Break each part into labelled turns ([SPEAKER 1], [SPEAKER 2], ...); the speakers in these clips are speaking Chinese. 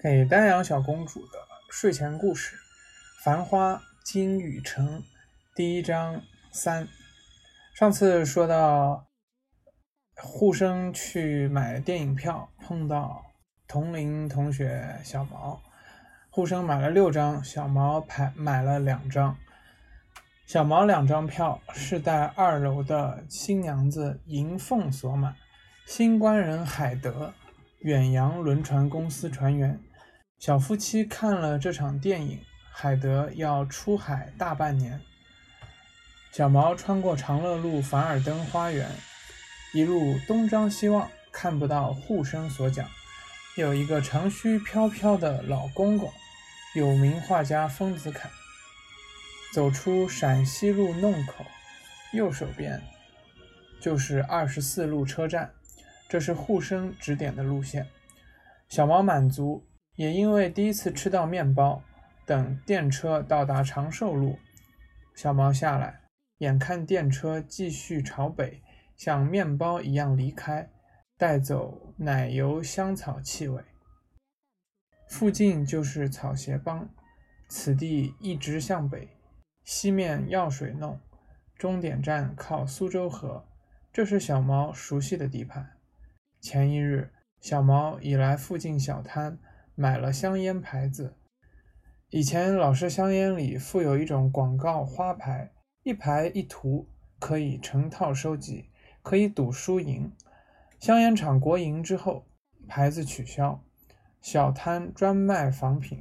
[SPEAKER 1] 给丹阳小公主的睡前故事，繁花金雨城，第一章3。上次说到沪生去买电影票，碰到同龄同学小毛，沪生买了6张，小毛买了2张。小毛2张票是带2楼的新娘子银凤所买，新官人海德，远洋轮船公司船员。小夫妻看了这场电影，海德要出海大半年。小毛穿过长乐路凡尔登花园，一路东张西望，看不到沪生所讲，有一个长须飘飘的老公公，有名画家丰子恺。走出陕西路弄口，右手边就是24路车站，这是沪生指点的路线。小毛满足，也因为第一次吃到面包。等电车到达长寿路，小毛下来，眼看电车继续朝北，像面包一样离开，带走奶油香草气味。附近就是草鞋帮，此地一直向北，西面药水弄，终点站靠苏州河，这是小毛熟悉的地盘。前一日，小毛已来附近小摊买了香烟牌子。以前老式香烟里附有一种广告花牌，一排一图，可以成套收集，可以赌输赢。香烟厂国营之后，牌子取消，小摊专卖仿品，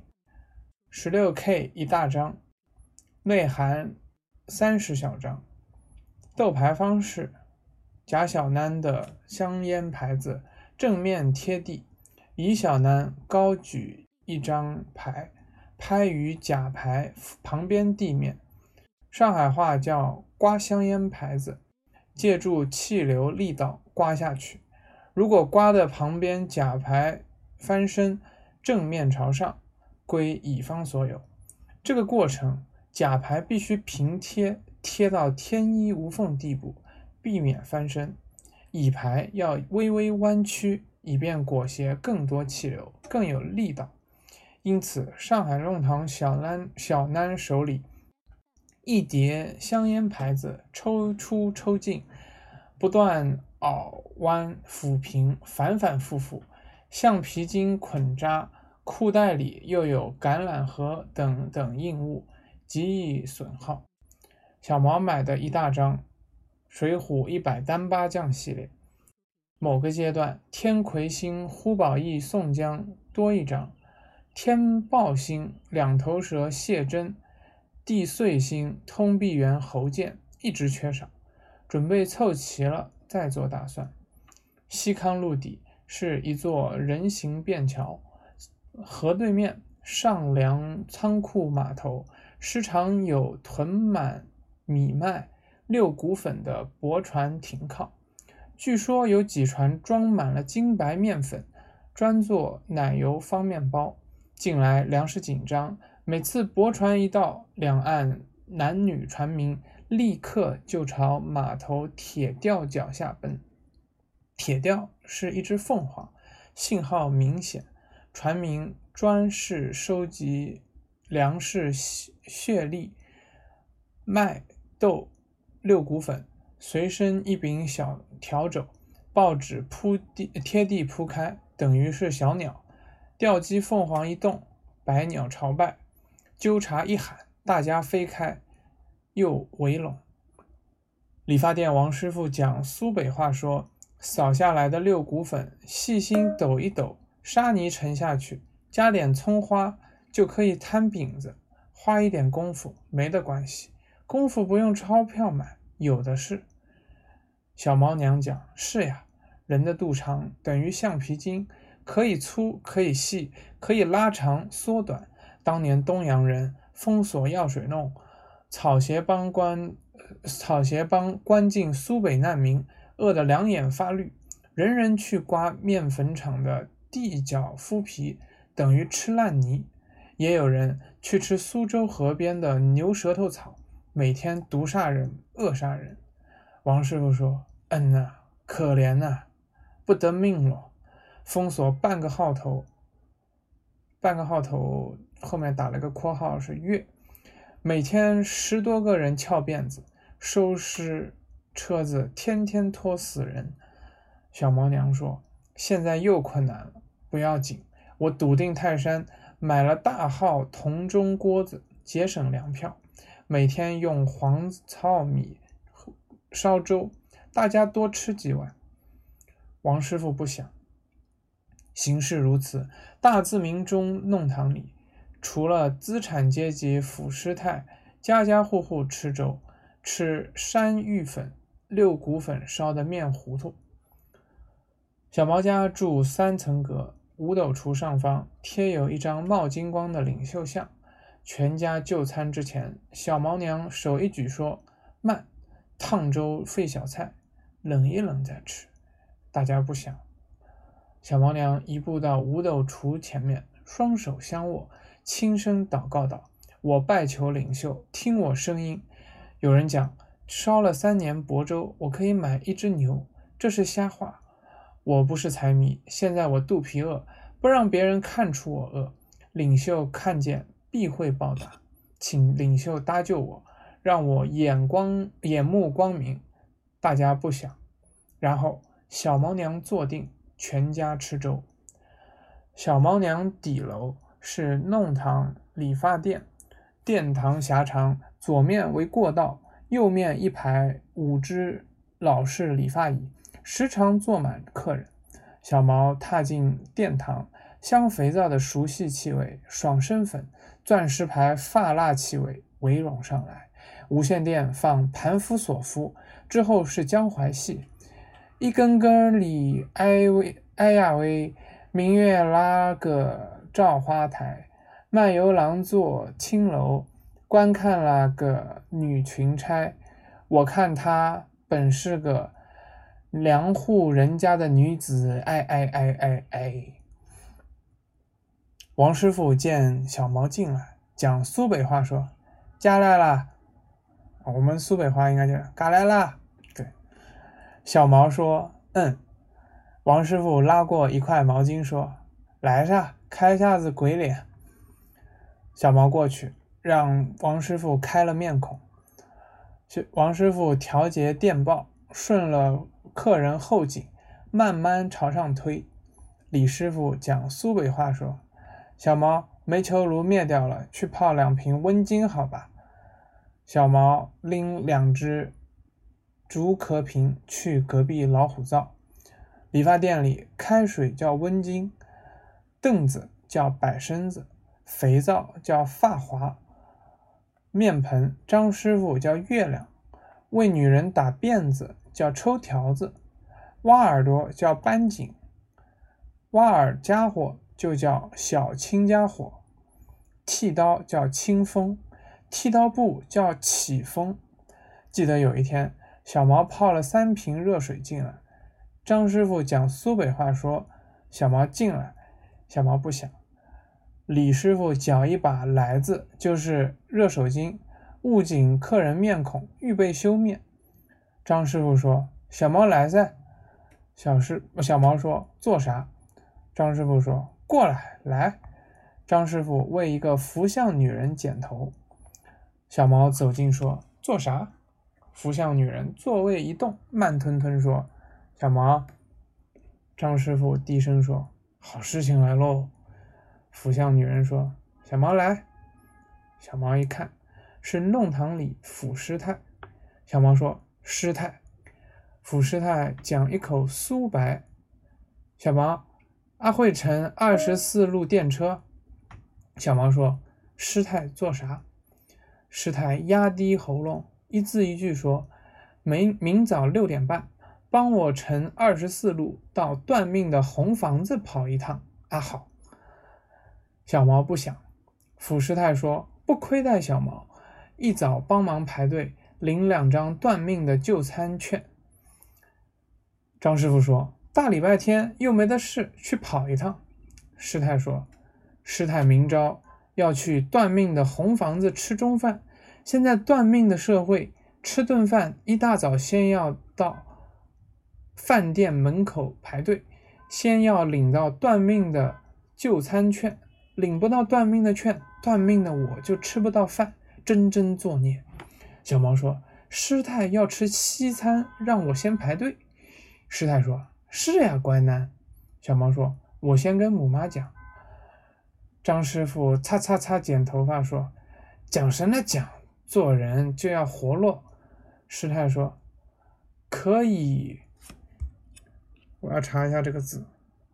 [SPEAKER 1] 16K 一大张，内含30小张。斗牌方式：假小囡的香烟牌子正面贴地，乙小囡高举一张牌，拍于假牌旁边地面，上海话叫刮香烟牌子，借助气流力道刮下去，如果刮的旁边假牌翻身，正面朝上，归乙方所有。这个过程，假牌必须平贴，贴到天衣无缝地步，避免翻身。乙牌要微微弯曲，以便裹挟更多气流，更有力道。因此，上海弄堂小囡手里一叠香烟牌子抽出抽进，不断拗弯抚平，反反复复，橡皮筋捆扎，裤袋里又有橄榄核等硬物，极易损耗。小毛买的一大张水浒100单八将系列，某个阶段天魁星呼保义宋江多一张，天豹星两头蛇谢真，地岁星通臂猿侯健一直缺少，准备凑齐了再做打算。西康路底是一座人行便桥，河对面上梁仓库码头，时常有囤满米麦、6股粉的驳船停靠，据说有几船装满了精白面粉，专做奶油方面包。近来粮食紧张，每次驳船一到，两岸男女船民立刻就朝码头铁吊脚下奔。铁吊是一只凤凰，信号明显，船民专是收集粮食血粒、麦豆、6股粉，随身一柄小笤帚，报纸贴地铺开，等于是小鸟。吊机凤凰一动，百鸟朝拜，纠察一喊，大家飞开，又围拢。理发店王师傅讲苏北话说，扫下来的6股粉，细心抖一抖，沙泥沉下去，加点葱花，就可以摊饼子，花一点功夫，没的关系，功夫不用钞票买，有的是。小毛娘讲，是呀，人的肚肠等于橡皮筋，可以粗，可以细，可以拉长缩短。当年东洋人封锁药水弄，草鞋帮关进苏北难民，饿得两眼发绿，人人去刮面粉厂的地角麸皮，等于吃烂泥。也有人去吃苏州河边的牛舌头草，每天毒杀人，饿杀人。王师傅说，可怜不得命了，封锁半个号头， 半个号头后面打了个括号是月，每天10多个人翘辫子，收拾车子，天天拖死人。小毛娘说，现在又困难了，不要紧，我笃定泰山买了大号铜钟锅子，节省粮票，每天用黄糙米烧粥，大家多吃几碗。王师傅不想，形势如此，大自鸣钟弄堂里，除了资产阶级腐师太，家家户户吃粥，吃山芋粉、六谷粉烧的面糊涂。小毛家住3层阁，五斗橱上方贴有一张冒金光的领袖像。全家就餐之前，小毛娘手一举说：“慢，烫粥费小菜，冷一冷再吃。”大家不想。小毛娘一步到五斗橱前面，双手相握，轻声祷告道：“我拜求领袖听我声音。有人讲，烧了3年亳州，我可以买1只牛，这是瞎话。我不是财迷，现在我肚皮饿，不让别人看出我饿，领袖看见必会报答，请领袖搭救我，让我眼目光明。”大家不想。然后小毛娘坐定，全家吃粥。小毛娘底楼是弄堂理发店，殿堂狭长，左面为过道，右面一排5只老式理发椅，时常坐满客人。小毛踏进殿堂，香肥皂的熟悉气味、爽身粉、钻石牌发蜡气味围拢上来。无线电放盘夫索夫，之后是江淮戏。一根根里哎呀喂，明月拉个照花台，漫游廊坐青楼，观看了个女裙钗。我看她本是个良户人家的女子，哎。王师傅见小毛进来，讲苏北话说：“家来啦。”我们苏北话应该就是“嘎来啦”。对，小毛说：“嗯。”王师傅拉过一块毛巾说：“来啥，开下子鬼脸。”小毛过去，让王师傅开了面孔。王师傅调节电报，顺了客人后颈，慢慢朝上推。李师傅讲苏北话说：“小毛，煤球炉灭掉了，去泡2瓶温金好吧？”小毛拎2只竹壳瓶去隔壁老虎灶。理发店里开水叫温金，凳子叫摆身子，肥皂叫发华，面盆张师傅叫月亮，为女人打辫子叫抽条子，挖耳朵叫扳颈，挖耳家伙就叫小青家伙，剃刀叫清风，剃刀布叫起风。记得有一天，小毛泡了3瓶热水进来，张师傅讲苏北话说：“小毛进来。”小毛不想。李师傅搅一把来子，就是热手巾，捂紧客人面孔，预备修面。张师傅说：“小毛来噻。”小毛说：“做啥？”张师傅说：“过来，来。”张师傅为一个福相女人剪头。小毛走近说：“做啥？”福相女人座位一动，慢吞吞说：“小毛。”张师傅低声说：“好事情来喽。”福相女人说：“小毛来。”小毛一看，是弄堂里府师太。小毛说：“师太。”府师太讲一口苏白：“小毛，阿会乘24路电车。”小毛说：“师太做啥？”师太压低喉咙，一字一句说：“明早6点半，帮我乘24路到断命的红房子跑一趟。”啊好。小毛不想。府师太说：“不亏待小毛，一早帮忙排队，领2张断命的就餐券。”张师傅说：“大礼拜天又没得事，去跑一趟。”师太说：“师太明朝要去断命的红房子吃中饭，现在断命的社会，吃顿饭一大早先要到饭店门口排队，先要领到断命的就餐券， 领不到断命的劝，断命的我就吃不到饭，真作孽。小毛说，师太要吃西餐，让我先排队。师太说，是呀，乖男。小毛说，我先跟母妈讲。张师傅擦擦擦剪头发说，讲什么讲，做人就要活络。师太说，可以，我要查一下这个字。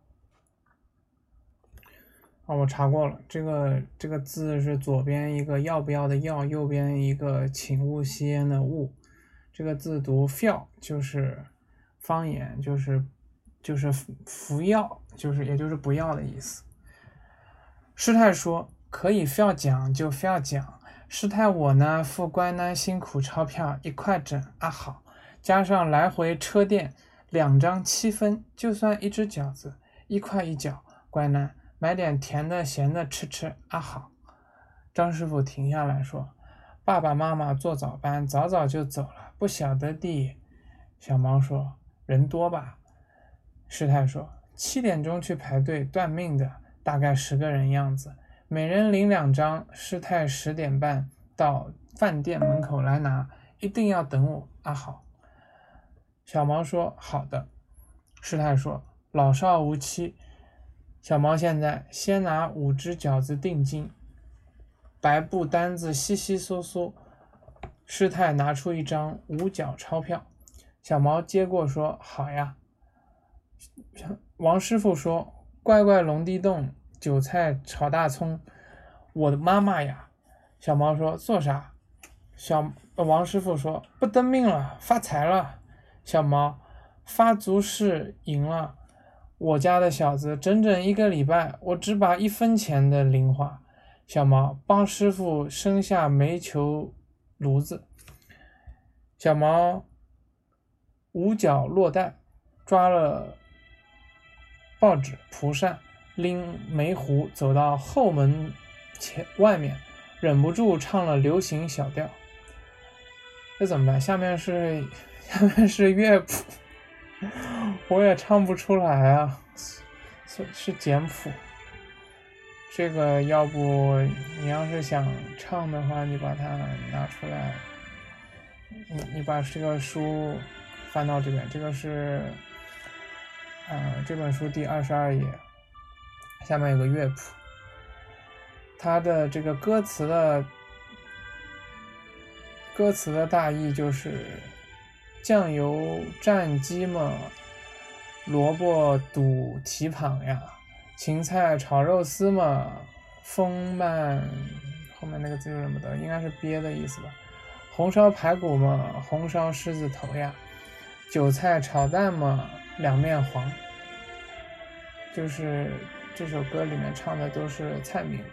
[SPEAKER 1] 我查过了，这个字是左边一个要不要的要，右边一个请勿吸烟的勿。这个字读 fel， 就是方言，就是服药，也就是不要的意思。师太说，可以 fel 讲就 fel 讲。师太我呢付乖男辛苦钞票1块整啊，好，加上来回车店2张7分，就算1只饺子1块1角，乖男买点甜的咸的吃啊，好。张师傅停下来说，爸爸妈妈做早班早早就走了，不晓得的。小毛说，人多吧？师太说，7点钟去排队断命的，大概10个人样子，每人领2张。师太10点半到饭店门口来拿，一定要等我啊，好。小毛说，好的。师太说，老少无欺。小毛现在先拿5只饺子定金，白布单子稀稀嗦嗦。师太拿出1张5角钞票，小毛接过说，好呀。王师傅说，乖乖龙地洞，韭菜炒大葱。我的妈妈呀。小毛说，做啥？王师傅说，不得命了，发财了。小毛，发足是赢了。我家的小子整整1个礼拜，我只把1分钱的零花。小毛，帮师傅生下煤球炉子。小毛5角落袋，抓了报纸蒲扇，拎煤壶走到后门外面，忍不住唱了流行小调。这怎么办？下面是乐谱，我也唱不出来啊，是简谱。这个要不你要是想唱的话，你把它拿出来，你把这个书翻到这边，这个是这本书第22页，下面有个乐谱，它的这个歌词的大意就是酱油蘸鸡嘛，萝卜肚蹄膀呀，芹菜炒肉丝嘛，丰满后面那个字就认不得，应该是鳖的意思吧。红烧排骨嘛，红烧狮子头呀，韭菜炒蛋嘛，两面黄。就是这首歌里面唱的都是菜名。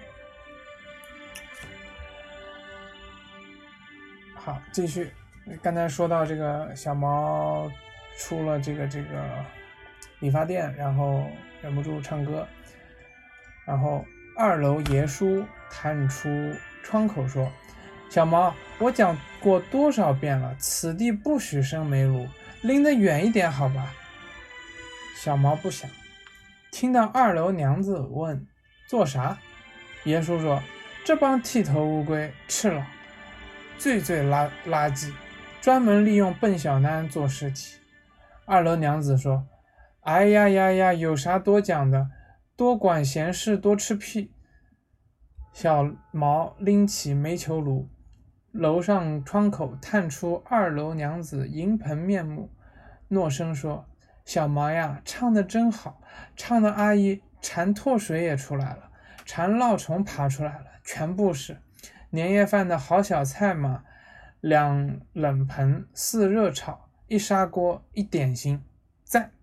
[SPEAKER 1] 好，继续。刚才说到这个小毛出了这个理发店，然后忍不住唱歌，然后2楼爷叔探出窗口说，小毛，我讲过多少遍了，此地不许生煤炉，离得远一点好吧。小毛不想。听到2楼娘子问做啥，爷叔说，这帮剃头乌龟赤佬最垃圾，专门利用笨小囡做尸体。2楼娘子说，哎呀，有啥多讲的，多管闲事多吃屁。小毛拎起煤球炉，楼上窗口探出2楼娘子银盆面目，诺声说，小毛呀，唱得真好，唱的阿姨馋唾水也出来了，馋烙虫爬出来了，全部是年夜饭的好小菜嘛，2冷盆4热炒，1砂锅1点心，赞。